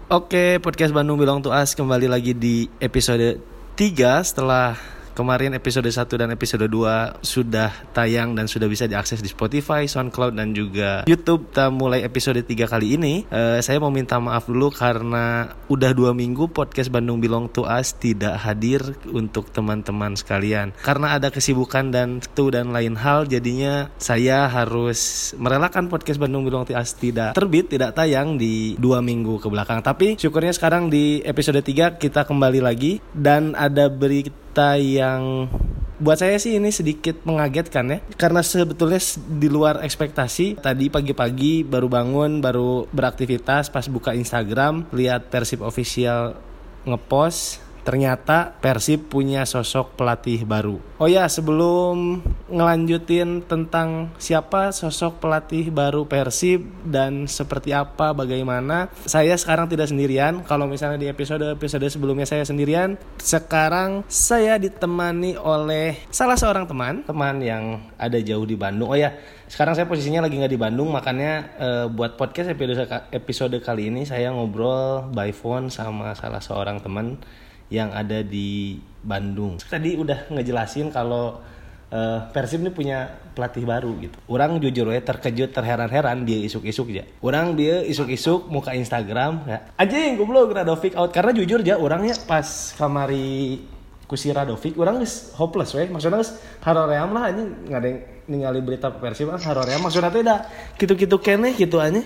Oke, podcast Bandung Belong to Us kembali lagi di episode 3 setelah kemarin episode 1 dan episode 2 sudah tayang dan sudah bisa diakses di Spotify, SoundCloud dan juga YouTube. Kita mulai episode 3 kali ini. Saya mau minta maaf dulu karena udah 2 minggu podcast Bandung Belong to Us tidak hadir untuk teman-teman sekalian. Karena ada kesibukan dan lain hal, jadinya saya harus merelakan podcast Bandung Belong to Us tidak terbit, tidak tayang di 2 minggu ke belakang. Tapi syukurnya sekarang di episode 3 kita kembali lagi dan ada berita yang buat saya sih ini sedikit mengagetkan ya, karena sebetulnya di luar ekspektasi. Tadi pagi-pagi baru bangun, baru beraktivitas, pas buka Instagram lihat Persib Official ngepost, ternyata Persib punya sosok pelatih baru. Oh ya, sebelum ngelanjutin tentang siapa sosok pelatih baru Persib dan seperti apa, bagaimana, saya sekarang tidak sendirian. Kalau misalnya di episode sebelumnya saya sendirian, sekarang saya ditemani oleh salah seorang teman yang ada jauh di Bandung. Oh ya, sekarang saya posisinya lagi nggak di Bandung, makanya buat podcast episode kali ini saya ngobrol by phone sama salah seorang teman yang ada di Bandung. Tadi udah ngejelasin kalau Persib ini punya pelatih baru gitu. Orang jujur ya terkejut, terheran-heran dia isuk-isuk aja. Orang dia isuk-isuk muka Instagram ya. Anjing goblok Radovic out, karena jujur aja orangnya pas kamari kusi Radovic orang geus hopeless we. Maksudnya geus haroream lah anjing, enggak ada yang ningali berita Persib haroream. Maksudnya teh da kitu-kitu keneh gitu anjing.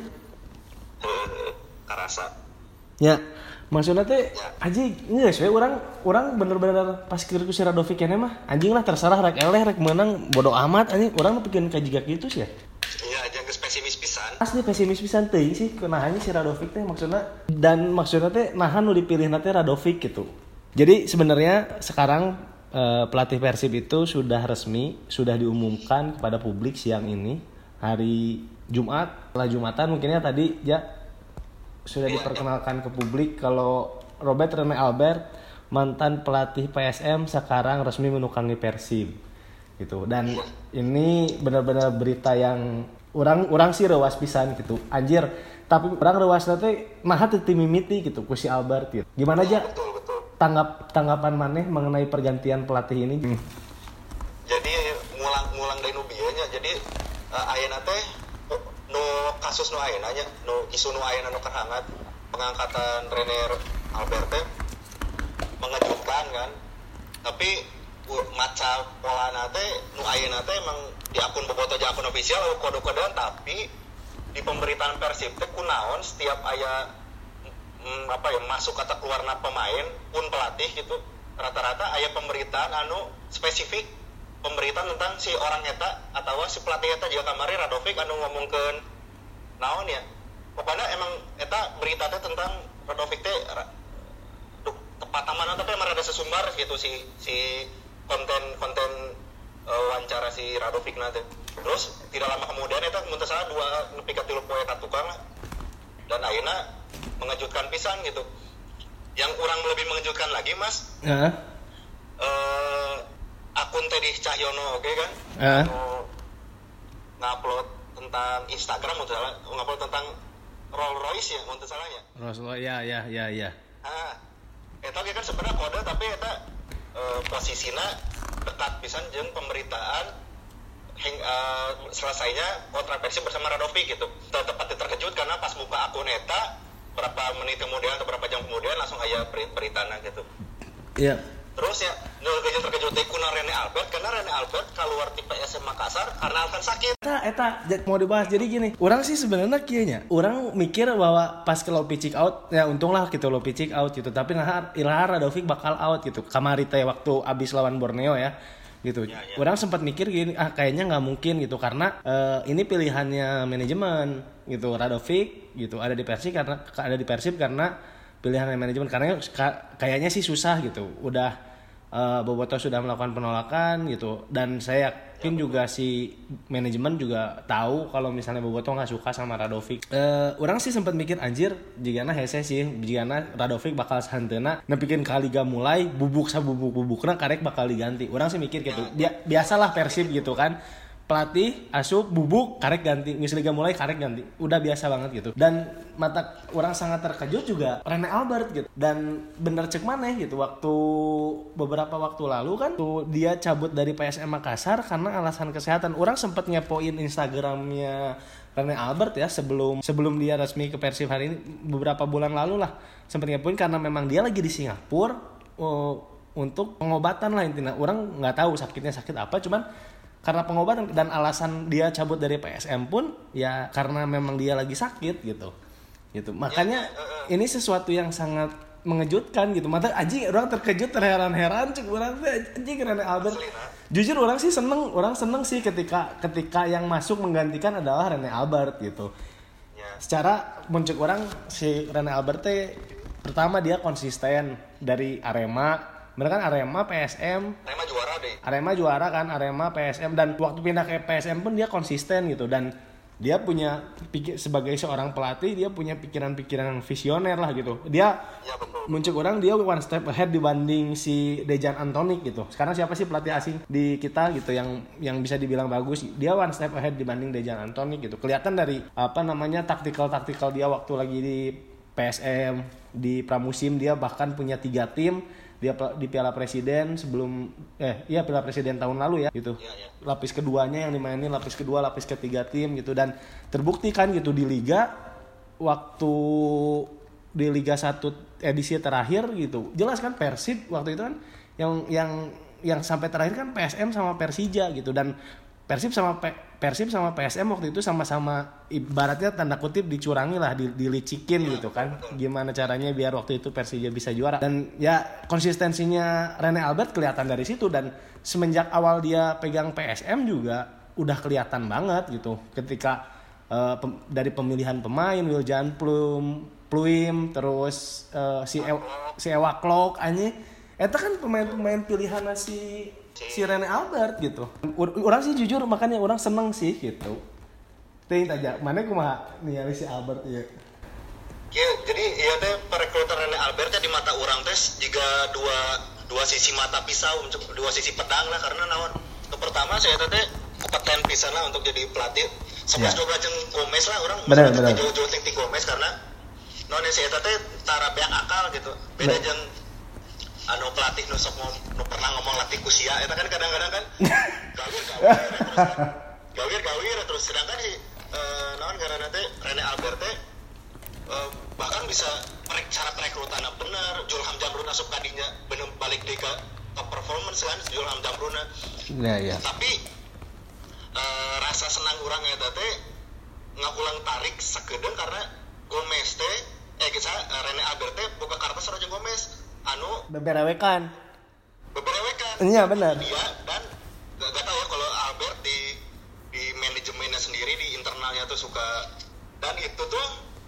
Karasa. Ya. Maksudnya teh anjing geus we urang bener-bener pas keur ku si Radovic keneh mah anjing lah terserah rek eleh rek menang bodo amat anjing, urang pikeun kajiga kitu sih ya. Iya, jangan geus pesimis pisan. Asli pesimis pisan teuing sih kunahannya si Radovic teh maksudnya, dan maksudnya teh nahan nu dipilihna teh Radovic gitu. Jadi sebenarnya sekarang pelatih Persib itu sudah resmi, sudah diumumkan kepada publik siang ini hari Jumat. Setelah Jumatan mungkinnya tadi ya sudah diperkenalkan ke publik kalau Robert Rene Albert, mantan pelatih PSM, sekarang resmi menukangi Persib gitu. Dan ini benar-benar berita yang orang sih rewas pisan gitu anjir, tapi orang rewas nanti naha teu mimiti gitu ku si Albert gitu. Gimana aja tanggapan maneh mengenai pergantian pelatih ini? Jadi ngulang dari nu bieu nya. Jadi ayeuna teh kasus nu ayeuna nya, nu isu nu ayeuna nu kerhangat pengangkatan Rene Albert teh mengejutkan kan. Tapi maca polana teh nu ayeuna teh emang di akun bobotoh jeung akun ofisial kode-kodean, tapi di pemberitaan Persib teh kunaon setiap aya masuk atau keluarna pemain pun pelatih gitu, rata-rata aya pemberitaan anu spesifik, pemberitaan tentang si orang eta atau si pelatih eta. Jika kamari Radovic anu ngomongkeun naon ya, pokoknya emang eta berita teh tentang Radovic teh tepat aman, tapi emang ada sesumbar gitu si konten wawancara si Radovic nanti. Terus tidak lama kemudian eta mun teu salah 2 nepi ka 3 poe ka tukang lah. Dan ayeuna mengejutkan pisan gitu. Yang kurang lebih mengejutkan lagi Mas, akun Teddy Cahyono oke kan, ngupload tentang Instagram, untuk salah ngupload tentang Rolls Royce ya, untuk salah ya. Rolls Royce ya. Eta ge kan sebenarnya kode, tapi eta posisina dekat pisan jeung pemberitaan selesainya kontrak Persib bersama Radovic gitu. Tepat terkejut karena pas buka akun eta berapa menit kemudian atau berapa jam kemudian langsung aya beritana gitu. Iya. Terus ya terkejut teh kuna Rene Albert, karena Rene Albert keluar ti PSM Makassar karena alasan sakit. Eta mau dibahas. Jadi gini, orang sih sebenarnya kieu nya, orang mikir bahwa pas ke Lopi check out ya untunglah gitu Lopi check out gitu, tapi Ilhar Radovic bakal out gitu. Kamari teh waktu abis lawan Borneo ya. Gitu. Ya. Orang sempat mikir gini, kayaknya nggak mungkin gitu karena ini pilihannya manajemen gitu. Radovic gitu ada di Persib karena pilihan manajemen, karena kayaknya sih susah gitu. Udah Bobotoh sudah melakukan penolakan gitu, dan saya yakin juga si manajemen juga tahu kalau misalnya Bobotoh nggak suka sama Radovic. Orang sih sempat mikir anjir jigana hese sih, jigana Radovic bakal santeuna nepikeun ka liga mulai bubukna karek bakal diganti. Orang sih mikir gitu. Biasalah Persib gitu kan. pelatih asup bubuk karek ganti, geus liga mulai karek ganti, udah biasa banget gitu. Dan mata orang sangat terkejut juga Rene Albert gitu. Dan bener cek maneh gitu, waktu beberapa waktu lalu kan tuh dia cabut dari PSM Makassar karena alasan kesehatan. Orang sempat ngepoin Instagramnya Rene Albert ya sebelum dia resmi ke Persib hari ini, beberapa bulan lalu lah sempat ngepoin karena memang dia lagi di Singapura untuk pengobatan lah intinya. Orang nggak tahu sakitnya sakit apa, cuman karena pengobatan, dan alasan dia cabut dari PSM pun ya karena memang dia lagi sakit gitu. Makanya ini sesuatu yang sangat mengejutkan gitu. Mata anjing orang terkejut, terheran-heran cek orang teh anjing Rene Albert. Jujur orang seneng sih ketika yang masuk menggantikan adalah Rene Albert gitu. Secara muncul orang si Rene Albert teh pertama dia konsisten dari Arema. Bener kan Arema PSM. Arema juara kan, Arema PSM, dan waktu pindah ke PSM pun dia konsisten gitu, dan dia punya sebagai seorang pelatih dia punya pikiran-pikiran visioner lah gitu. Dia muncul orang dia one step ahead dibanding si Dejan Antonik gitu. Sekarang siapa sih pelatih asing di kita gitu yang bisa dibilang bagus? Dia one step ahead dibanding Dejan Antonik gitu. Kelihatan dari taktikal dia waktu lagi di PSM, di pramusim dia bahkan punya 3 tim. Dia di Piala Presiden Piala Presiden tahun lalu ya gitu. Lapis keduanya yang dimainin, lapis kedua, lapis ketiga tim gitu, dan terbukti kan gitu di liga, waktu di Liga 1 edisi terakhir gitu. Jelas kan Persib waktu itu kan yang sampai terakhir kan PSM sama Persija gitu, dan Persib sama PSM waktu itu sama-sama ibaratnya tanda kutip dicurangi lah, dilicikin gitu kan. Gimana caranya biar waktu itu Persija bisa juara. Dan ya konsistensinya Rene Albert kelihatan dari situ, dan semenjak awal dia pegang PSM juga udah kelihatan banget gitu. Ketika dari pemilihan pemain Wiljan Pluim terus si Ewa Klok anjing, eta kan pemain pilihan si Rene Albert gitu. Orang sih jujur makanya orang seneng sih gitu. Ting aja, mana kumaha nih si Albert ya. Ya, jadi ya teh perekrutan Rene Albert teh di mata orang teh jika dua sisi mata pisau, dua sisi pedang lah, karena naon. Pertama saya teh kompeten pisan lah untuk jadi pelatih. 11-12 jeung Gomez lah orang. Benar. Jauh-jauh ting Gomez karena naon saya teh tara beak akal gitu. Beda jeung pelatih nu pernah ngomong latih kusia eta kan kadang-kadang kan gawir terus sedangkan si naon karena teh Rene Albert teh bahkan bisa cara perekrutannya bener. Julham Jamrun asup kadinya bener balik deui ka top performance kan Julham Jamrun. Ya. Tapi rasa senang urang eta teh ngakulang tarik sakedeung karena Gomez teh Rene Albert teh buka kartu sareng Gomez beberewekan. Iya benar. Dia dan gak tahu ya kalau Albert di manajemennya sendiri, di internalnya tuh suka, dan itu tuh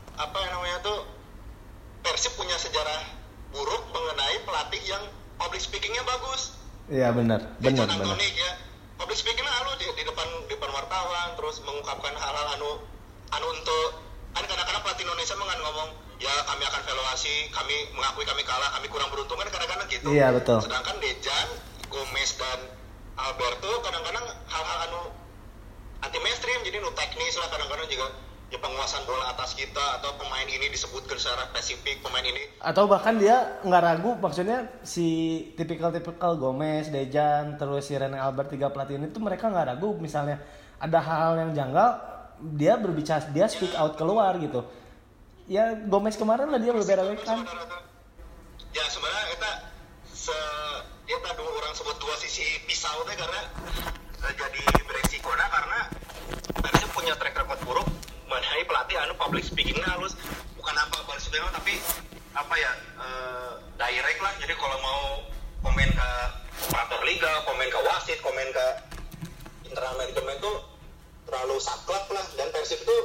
Persib punya sejarah buruk mengenai pelatih yang public speakingnya bagus. Iya benar. Antonik ya, public speakingnya di depan wartawan, terus mengungkapkan hal-hal anu untuk kan kadang-kadang pelatih Indonesia ngomong ya kami akan evaluasi, kami mengakui kami kalah, kami kurang beruntung kan kadang-kadang gitu. Iya betul. Sedangkan Dejan, Gomez dan Alberto kadang-kadang hal-hal anti mainstream, jadi teknis lah kadang-kadang juga ya penguasaan bola atas kita, atau pemain ini disebutkan secara spesifik, pemain ini. Atau bahkan dia nggak ragu, maksudnya si tipikal Gomez, Dejan, terus si Rene Albert, 3 pelatih ini tuh mereka nggak ragu misalnya ada hal yang janggal, dia berbicara, dia speak out keluar gitu. Ya Gomez kemarin lah dia beberewekan. Ya sebenarnya kita dua orang sebut dua sisi pisau teh karena jadi beresikonya karena Persib punya track record buruk mengenai pelatih public speakingnya halus, bukan public speaking tapi direct lah. Jadi kalau mau komen ke operator liga, komen ke wasit, komen ke internal manajemen tuh terlalu saklek lah, dan Persib itu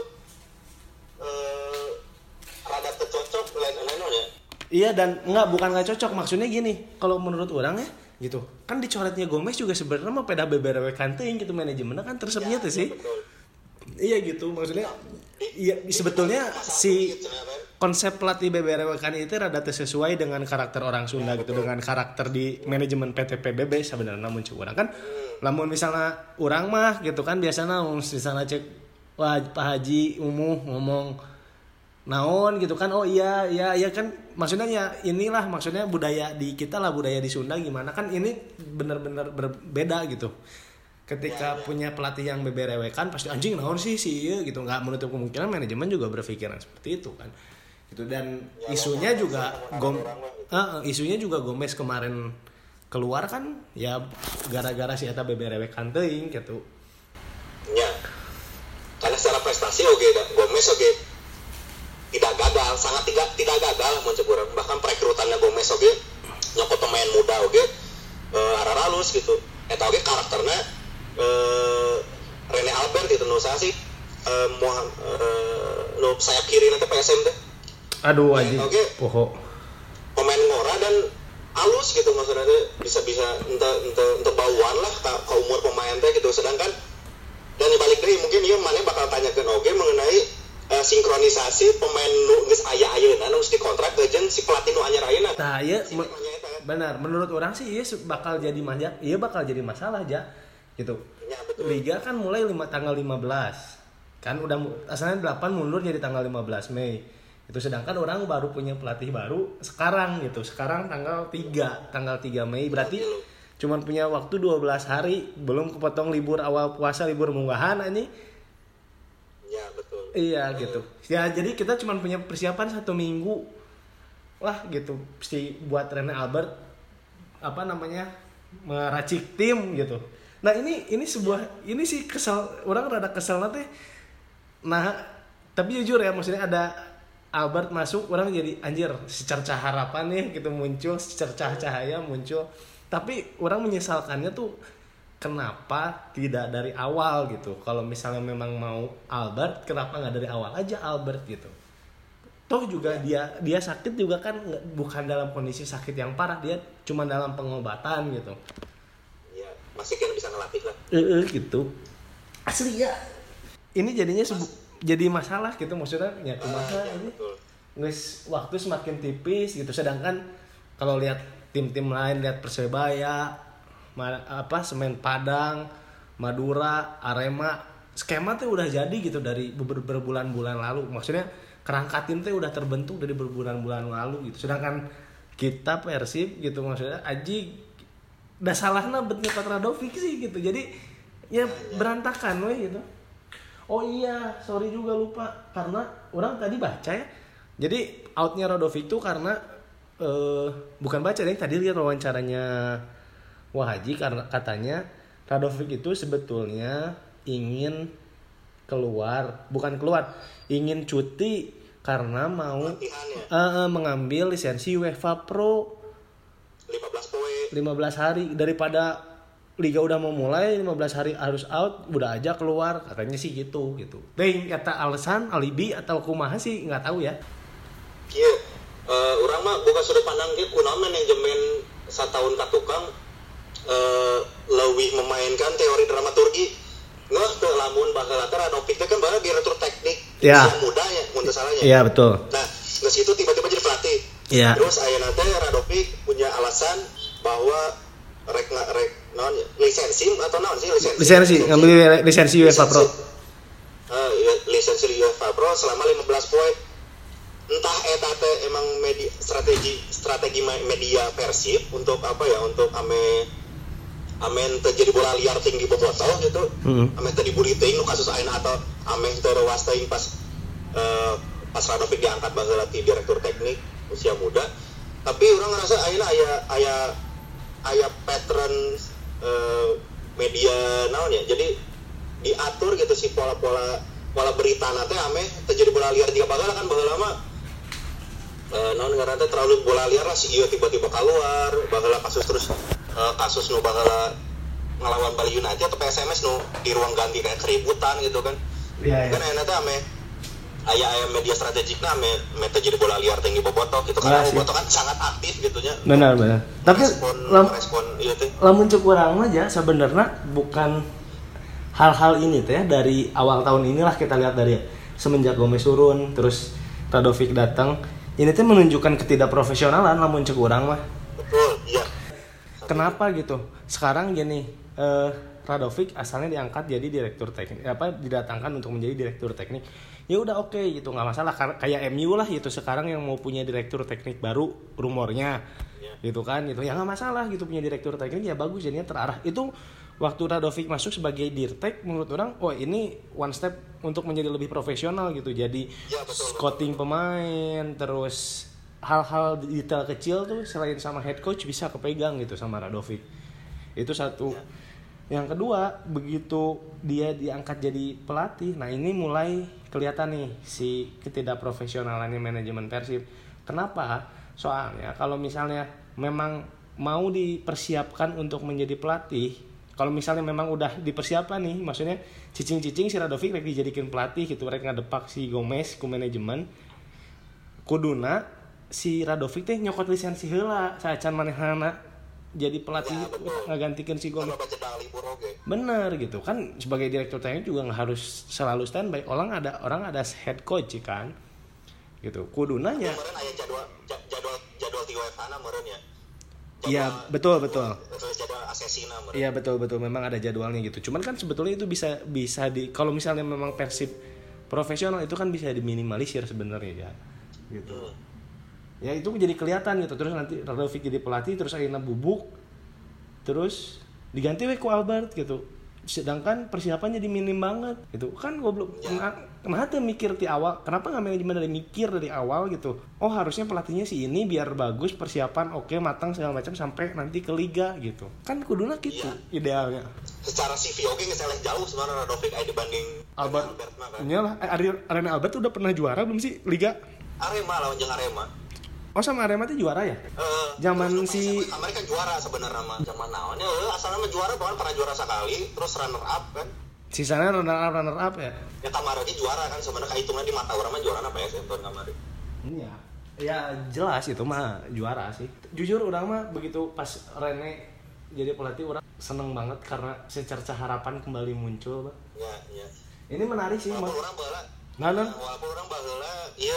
rada tercocok lain-lain ya. Iya, dan bukan nggak cocok, maksudnya gini, kalau menurut orang ya gitu kan dicoretnya Gomez juga sebenarnya mah peda beberewe kanting gitu, manajemennya kan tersebutnya tuh sih. Iya gitu maksudnya. Iya sebetulnya si konsep pelatih BBRWK itu rada sesuai dengan karakter orang Sunda gitu, dengan karakter di manajemen PT PBB sebenarnya. Namun cek orang kan lamun misalnya orang mah gitu kan biasanya misalnya cek wah Pak Haji ngomong naon gitu kan, oh iya kan maksudnya ya inilah maksudnya budaya di kita lah, budaya di Sunda gimana kan, ini benar-benar berbeda gitu. Ketika punya pelatih yang beberewe kan pasti anjing naon sih iya gitu, nggak menutup kemungkinan manajemen juga berpikiran seperti itu kan gitu. Dan isunya juga isunya juga Gomez kemarin keluar kan ya gara-gara si eta beberewe kan teuing gitu ya, karena secara prestasi Gomez tidak gagal, sangat tidak gagal menceburang, bahkan perekrutannya Gomez nyokot pemain muda arah halus gitu. Eta karakternya Rene Albert gitu nu saha sih nu sayap kiri nanti PSM teh. Aduh anjing. Poho. Pemain ngora dan halus gitu maksudnya bisa ente bauan lah ka umur pemain teh gitu. Sedangkan dan balik deui mungkin ieu maneh bakal tanyakeun mengenai sinkronisasi pemain nu geus aya-ayeuna nu geus dikontrak jeung si pelatih nu anyar ayeuna. Tah ieu benar menurut orang sih ieu bakal jadi masalah aja gitu. Ya, betul. Liga kan mulai tanggal 15. Kan udah asalnya 8 mundur jadi tanggal 15 Mei. Itu sedangkan orang baru punya pelatih baru sekarang gitu. Sekarang tanggal 3 Mei berarti cuman punya waktu 12 hari, belum kepotong libur awal puasa, libur munggahan anjing. Ya, betul. Iya gitu. Ya jadi kita cuma punya persiapan 1 minggu lah gitu. Si buat Rene Albert meracik tim gitu. Nah ini sih kesel, orang rada kesel nanti. Nah tapi jujur ya maksudnya ada Albert masuk, orang jadi anjir secercah harapan nih gitu muncul, secercah cahaya muncul. Tapi orang menyesalkannya tuh kenapa tidak dari awal gitu. Kalau misalnya memang mau Albert, kenapa nggak dari awal aja Albert gitu. Toh juga dia sakit juga kan bukan dalam kondisi sakit yang parah, dia cuma dalam pengobatan gitu. Masih kan bisa ngelatih lah. Gitu. Asli ya. Ini jadinya jadi masalah gitu maksudnya ya kumaha ini. Guys, waktu semakin tipis gitu. Sedangkan kalau lihat tim-tim lain, lihat Persebaya, Semen Padang, Madura, Arema, skema tuh udah jadi gitu dari berbulan-bulan lalu. Maksudnya kerangka tim tuh udah terbentuk dari berbulan-bulan lalu gitu. Sedangkan kita Persib gitu maksudnya Aji udah salahnya bet nyepat Radovic sih gitu. Jadi ya berantakan gitu. Oh iya, sorry juga lupa karena orang tadi baca ya. Jadi outnya Radovic itu karena bukan baca deh, tadi lihat wawancaranya Wahaji karena katanya Radovic itu sebetulnya ingin ingin cuti karena mau mengambil lisensi UEFA Pro 15 hari daripada liga udah mau mulai 15 hari harus out, udah aja keluar katanya sih gitu. Ting kata alasan alibi atau kumaha sih nggak tahu ya. Iya, orang mah bukan sudut pandang gitu, kunaon manajemen satahun ka tukang leuwih memainkan teori dramaturgi. Ngeuh teu lamun baheula teh Radovic teh kan bae direktur teknik ya. Usia muda ya mun teu salahnya. Iya betul. Nah, geus itu tiba-tiba jadi pelatih. Iya. Terus ayeuna teh Radovic punya alasan bahwa lisensi atau naon sih lisensi ngambil lisensi UEFA Pro. Lisensi UEFA Pro selama 15 poin. Entah eta teh emang strategi media Persib untuk apa ya, untuk amen terjadi bola liar tinggi bobotoh gitu. Amen teu dibully teuing nu kasus ayeuna atau amen teu rewas teuing pas Radovic diangkat baheula ti direktur teknik usia muda. Tapi orang ngerasa ayeuna aya pattern media naon ya. Jadi diatur gitu si pola berita teh ame terjadi bola liar juga baheula kan baheula mah naon ngaranna teh terlalu bola liar lah si ieu tiba-tiba keluar baheula kasus nu baheula ngelawan Bali United atau PSMS nu di ruang ganti kayak keributan gitu kan. Kan ayeuna teh ame aya media strategikna ame terjadi bola liar tinggi bobotoh gitu karena bobotoh kan sangat aktif gitu nya. Benar. Tapi respon ieu teh lamun cek urang mah aja sebenarnya bukan hal-hal ini teh dari awal tahun inilah kita lihat dari semenjak Gomez turun terus Radovic datang, ini tuh menunjukkan ketidakprofesionalan namun cek urang mah. Betul, iya. Kenapa gitu? Sekarang gini, Radovic asalnya diangkat jadi direktur teknik, didatangkan untuk menjadi direktur teknik. Ya udah oke gitu, nggak masalah. Kayak MU lah gitu sekarang yang mau punya direktur teknik baru rumornya, gitu kan? Gitu ya nggak masalah gitu punya direktur teknik ya bagus jadinya terarah. Itu waktu Radovic masuk sebagai dirtek menurut orang, oh ini one step untuk menjadi lebih profesional gitu. Jadi ya, betul, scouting pemain, terus hal-hal detail kecil tuh selain sama head coach bisa kepegang gitu sama Radovic. Itu satu. Yang kedua, begitu dia diangkat jadi pelatih, nah ini mulai kelihatan nih si ketidakprofesionalannya manajemen Persib. Kenapa? Soalnya kalau misalnya memang mau dipersiapkan untuk menjadi pelatih, kalau misalnya memang udah dipersiapkan nih, maksudnya cicing-cicing si Radovic lagi dijadikan pelatih gitu, mereka ngadepak si Gomez ku manajemen, kuduna si Radovic teh nyokot lisensi heula saecan manehna jadi pelatih ngagantikan si Gomez. Bener gitu kan, sebagai direktur teknik juga nggak harus selalu standby. Orang ada head coach kan, gitu. Kudunanya. Kemarin ada jadwal di WFH meren ya. Iya betul. Jadwal asesina meren. Iya betul memang ada jadwalnya gitu. Cuman kan sebetulnya itu bisa di kalau misalnya memang Persib profesional itu kan bisa diminimalisir sebenarnya ya, gitu. Ya itu jadi kelihatan gitu. Terus nanti Radovic jadi pelatih terus akhirnya bubuk terus diganti ku Albert gitu, sedangkan persiapannya jadi minim banget gitu kan. Goblok kenapa tuh mikir di awal, kenapa nggak manajemen dari mikir dari awal gitu, oh harusnya pelatihnya si ini biar bagus persiapan oke matang segala macam sampai nanti ke liga gitu kan, kuduna gitu idealnya. Secara CV oke ngeseleh jauh sebenarnya Radovic dibanding Albert kan. Iyalah Arena Albert udah pernah juara belum sih liga? Arema lawan jeung Arema. Oh sama Arema itu juara ya? Zaman si Amerika juara sebenarnya mah. Zaman naonnya asalnya mah juara bahkan pernah juara sekali terus runner up kan. Sisanya runner up ya? Ya kemarin juara kan sebenarnya hitungnya di mata orang mah juara apa ya tahun kemarin. Iya. Ya jelas itu mah juara sih. Jujur orang mah begitu pas Rene jadi pelatih orang seneng banget karena secerca harapan kembali muncul, Bang. Iya. Ini menarik sih, Bang. Walaupun orang baheula. Walaupun orang baheula ieu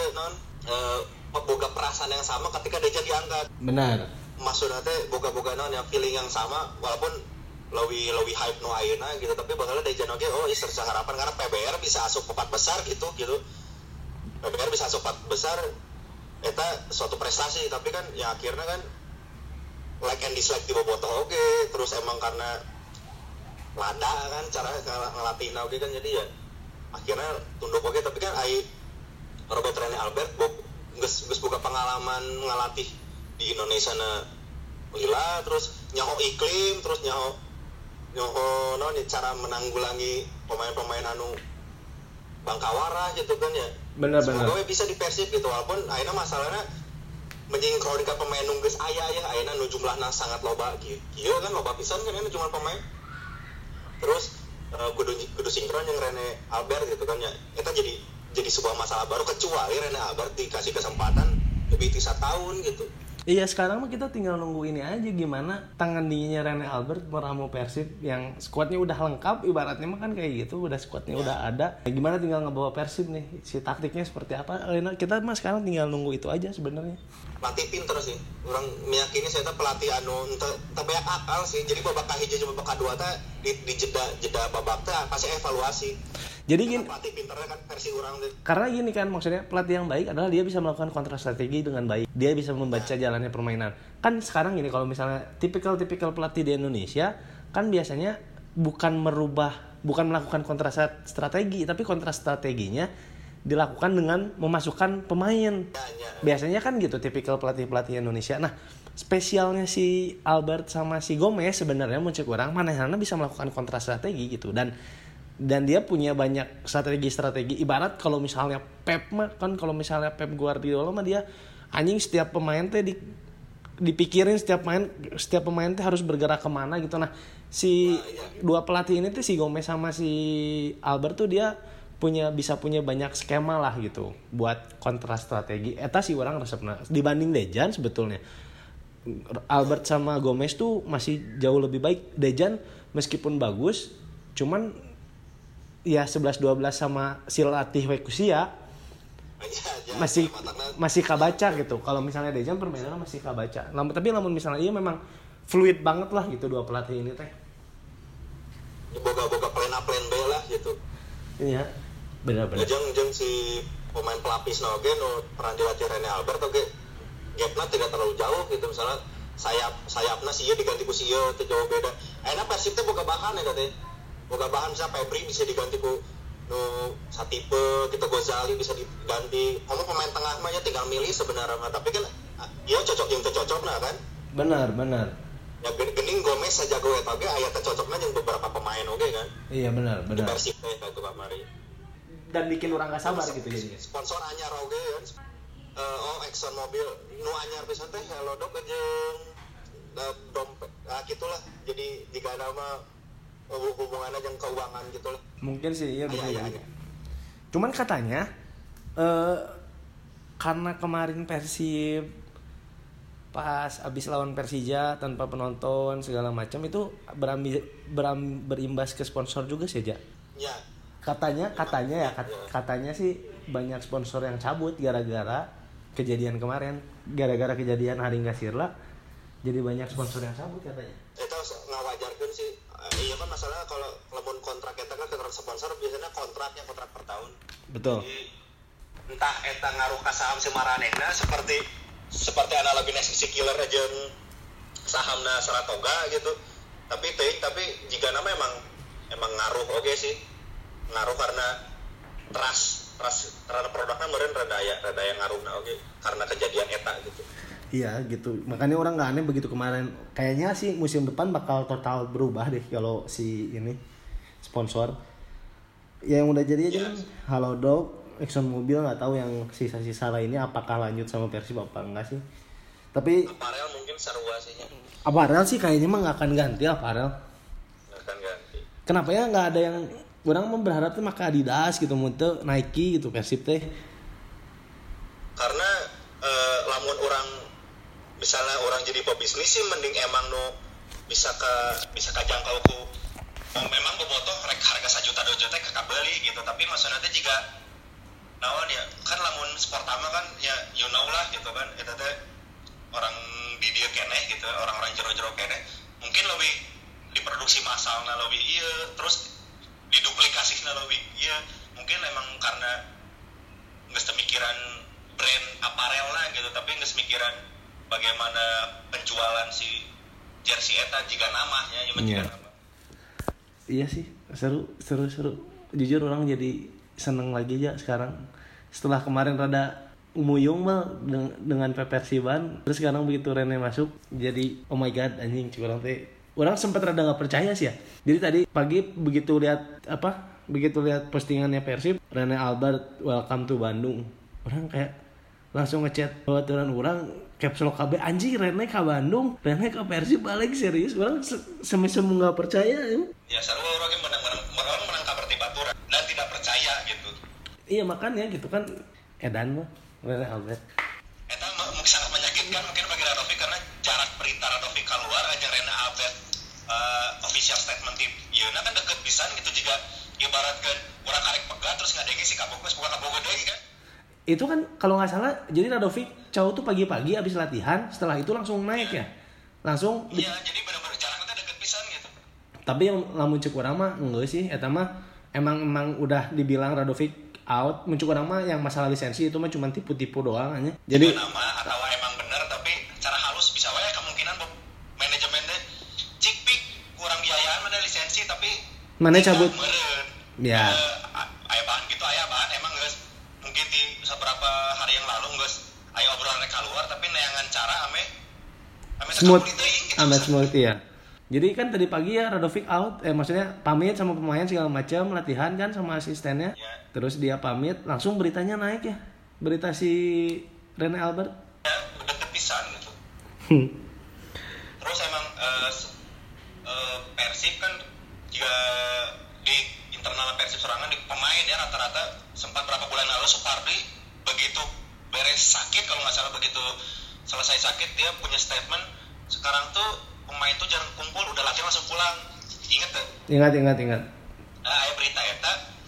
boga perasaan yang sama ketika dia diangkat. Benar. Maksudnya teh boga-boga naon yang feeling yang sama walaupun lebih hype nu ayeuna gitu, tapi bakal dia jangan oh ieu serta harapan karena PBR bisa asup 4 besar gitu. PBR bisa asup 4 besar eta suatu prestasi, tapi kan ya akhirnya kan like and dislike di bobotoh oke, terus emang karena lada kan cara ngelatina oke kan jadi ya akhirnya tunduk oke, tapi kan Robert Rene Albert geus buka pengalaman ngelatih di Indonesia na lila, terus nyaho iklim, terus nyaho cara menanggulangi pemain-pemain anu bangkawara gitu kan ya. Benar. Semoga bisa di Persib gitu, walaupun ayeuna masalahnya menjingkroni ka pemain nu geus aya ya ayeuna nu jumlahna sangat loba gitu. Ieu kan loba pisan kan ini cuma pemain. Terus kudu sinkron yang Rene Albert gitu kan ya. Eta jadi sebuah masalah baru kecuali Rene Albert dikasih kesempatan lebih 1 tahun gitu. Iya sekarang mah kita tinggal nunggu ini aja gimana tangan dinginnya Rene Albert meramu Persib yang skuadnya udah lengkap, ibaratnya mah kan kayak gitu, udah skuadnya udah ada. Gimana tinggal ngebawa Persib nih, si taktiknya seperti apa? Kita mah sekarang tinggal nunggu itu aja sebenarnya. Pelatih pinter sih, orang meyakini saya pelatih anu teu banyak akal sih. Jadi babak kahiji jeung babak kadua teh di jeda babak teh pasti evaluasi. Jadi gini, pelatih pinternya kan versi orang deh. Karena gini kan maksudnya pelatih yang baik adalah dia bisa melakukan kontra strategi dengan baik. Dia bisa membaca jalannya permainan. Kan sekarang gini kalau misalnya tipikal pelatih di Indonesia kan biasanya bukan melakukan kontra strategi, tapi kontra strateginya dilakukan dengan memasukkan pemain. Biasanya kan gitu tipikal pelatih Indonesia. Nah, spesialnya si Albert sama si Gomez sebenarnya muncul orang manehna bisa melakukan kontra strategi gitu dan dia punya banyak strategi. Ibarat kalau misalnya Pep mah kan, kalau misalnya Pep Guardiola mah dia anjing setiap pemain teh dipikirin setiap pemain teh harus bergerak kemana gitu. Nah si dua pelatih ini tuh si Gomez sama si Albert tuh dia bisa punya banyak skema lah gitu buat kontra strategi. Eta sih orang resepna dibanding Dejan sebetulnya. Albert sama Gomez tuh masih jauh lebih baik. Dejan meskipun bagus cuman ya 11-12 sama si latih we kusia masih kabaca gitu. Kalau misalnya Dejan permainannya masih kabaca. Tapi lamun misalnya iya memang fluid banget lah gitu dua pelatih ini teh. Boga plan B lah gitu. Iya. Benar-benar. Jeung si pemain pelapis oge nu peran dilatih Rene Albert oge gapna tidak terlalu jauh gitu. Misalnya sayapna si ieu diganti ku si ieu teh jauh beda. Ayeuna Persib teh boga bahan eta teh. Boga bahan misalnya Febri bisa diganti ku nu Satipe, kita Gozali bisa diganti. Kamu pemain tengah mah ya tinggal milih sebenarnya mah, tapi kan ieu cocok jeung teu cocokna kan. Benar. Ya Gening Gomez saja gue oge aya teh cocokna jeung beberapa pemain oge kan. Iya benar. Di Persib teh itu kamari. Dan bikin orang gak sabar gitu jadinya. Sponsor anyar oge kan. Exxon Mobil nu anyar pisan teh Hello Dog jeung dompet gitulah. Jadi jika nama hubungannya jeung keuangan gitu lah. Mungkin sih iya bisa jadi. Cuman katanya karena kemarin Persib pas abis lawan Persija tanpa penonton segala macam itu berimbas ke sponsor juga sih aja. Ya. Katanya sih banyak sponsor yang cabut gara-gara kejadian kemarin, gara-gara kejadian Haringga Sirla. Jadi banyak sponsor yang cabut katanya. Itu ngawajarkeun sih. Iya kan masalah kalau lamun kontrak eta kan kontrak sponsor biasanya kontrak per tahun. Betul. Jadi, entah eta ngaruh ka saham si maranehna seperti analogina si Killer jeung sahamna Saratoga gitu. Tapi jika nama emang ngaruh oke sih. Ngaruh karena trust terhadap produknya meureun rada yang ngaruhna oke karena kejadian eta gitu. Iya gitu, makanya orang nggak aneh begitu kemarin. Kayaknya sih musim depan bakal total berubah deh kalau si ini sponsor. Ya yang udah jadi aja kan Halo Dog, Exxon Mobil, nggak tahu yang sisa-sisa lainnya apakah lanjut sama Persib apa enggak sih. Tapi Aparel mungkin sarua sih. Aparel sih kayaknya mah nggak akan ganti Aparel. Nggak akan ganti. Kenapa ya nggak ada yang orang berharap tuh maka Adidas gitu, muntah Nike gitu Persib teh. Karena lamun orang misalnya orang jadi pebisnis sih mending emang bisa kajangkau ku memang bobotoh rek harga 1 juta 2 juta kakabeli gitu, tapi maksudnya teh jika naon ya kan lamun sport ama kan ya you know lah gitu kan eta teh orang di dieu keneh gitu, orang-orang jero-jero keneh mungkin lebih diproduksi massalna lebih ieu terus diduplikasina lebih ieu mungkin emang karena geus teu mikiran brand aparel lah gitu, tapi geus mikiran bagaimana penjualan si jersey eta jika namanya jika nama. Iya sih, seru. Jujur orang jadi seneng lagi ya sekarang. Setelah kemarin rada umuyung mal dengan Persiban, terus sekarang begitu Rene masuk jadi oh my god anjing curang teh. Orang sempat rada enggak percaya sih ya. Jadi tadi pagi begitu lihat postingannya Persib, Rene Albert welcome to Bandung. Orang kayak langsung ngechat bawaturan orang caps lock KB anjing Rene ke Bandung, Rene ke Persib balik serius. Orang semu nggak percaya ya sarua orang menang kabar tibatur dan tidak percaya gitu. Iya makanya gitu kan edan mah Rene Albert eta mungkin sangat menyakitkan mungkin bagi Radovic karena jarak berita Radovic keluar aja Rene Albert official statement tim yeuna kan deket pisan gitu jika ibaratkan orang karek pegat terus ngadenge si Kabogos bukan Kabogos deui kan. Itu kan kalau nggak salah jadi Radovic cowok tuh pagi-pagi abis latihan setelah itu langsung naik ya langsung iya jadi benar-benar jaraknya deket pisan gitu. Tapi yang lamun cek urang mah enggak sih eta mah emang udah dibilang Radovic out. Mun cek urang mah yang masalah lisensi itu mah cuma tipu-tipu doang aja. Jadi nama atau emang bener tapi cara halus bisa wae kemungkinan manajemen teh cik pik kurang biayaan mana lisensi tapi mana cabut meureun. Ya Aya bahan gitu aya bahan emang geus mungkin di beberapa hari yang lalu geus aya obrolan rek keluar tapi neangan cara ame smooth ya. Jadi kan tadi pagi ya Radovic out, maksudnya pamit sama pemain segala macam, latihan kan sama asistennya. Ya. Terus dia pamit, langsung beritanya naik ya. Berita si Rene Albert. Ya, deket pisan gitu. Terus emang Persib kan juga di internal Persib serangan di pemain ya rata-rata sempat berapa bulan lalu Supardi begitu beres sakit kalau nggak salah begitu selesai sakit dia punya statement sekarang tuh pemain tuh jarang kumpul udah latihan langsung pulang inget tuh? Ingat. Nah, ada berita eta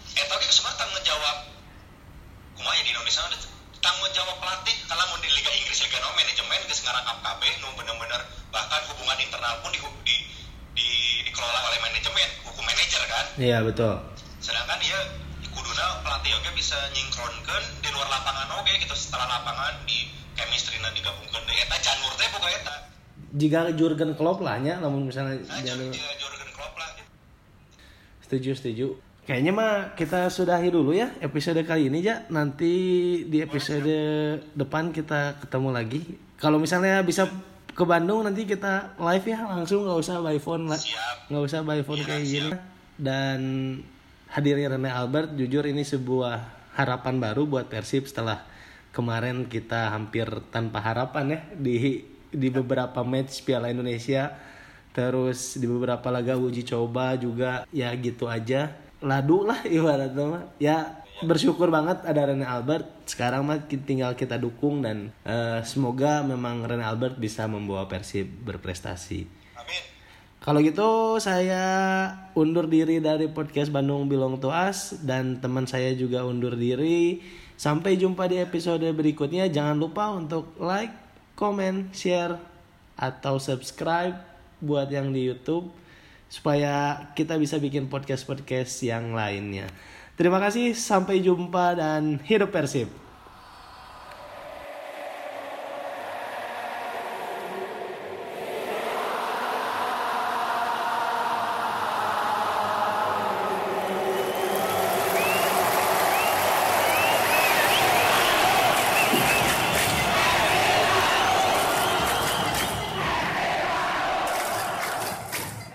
ngarangkap KB nu bener-bener bahkan hubungan internal pun dikelola oleh manajemen, hukum manajer kan. Iya betul. Sedangkan dia kuduna pelatih oke bisa nyingkronkan di luar lapangan oke gitu, setelah lapangan di chemistry-na digabungkan deui eta janur teh boga eta. Jika Jurgen Klopp lah nya, namun misalnya Jurgen Klopp lah gitu. Setuju. Kayaknya mah kita sudahi dulu ya episode kali ini ya. Nanti di episode depan kita ketemu lagi. Kalau misalnya bisa ke Bandung nanti kita live ya langsung, nggak usah by phone lah, nggak usah by phone kayak gini. Dan hadirnya Rene Albert, jujur ini sebuah harapan baru buat Persib setelah kemarin kita hampir tanpa harapan ya di beberapa match Piala Indonesia, terus di beberapa laga uji coba juga ya gitu aja, ladu lah ibaratnya mah. Ya bersyukur banget ada Rene Albert. Sekarang mah tinggal kita dukung dan semoga memang Rene Albert bisa membawa Persib berprestasi. Amin. Kalau gitu saya undur diri dari podcast Bandung Belong to Us, dan teman saya juga undur diri. Sampai jumpa di episode berikutnya. Jangan lupa untuk like, comment, share, atau subscribe buat yang di YouTube supaya kita bisa bikin podcast-podcast yang lainnya. Terima kasih, sampai jumpa dan hidup Persib.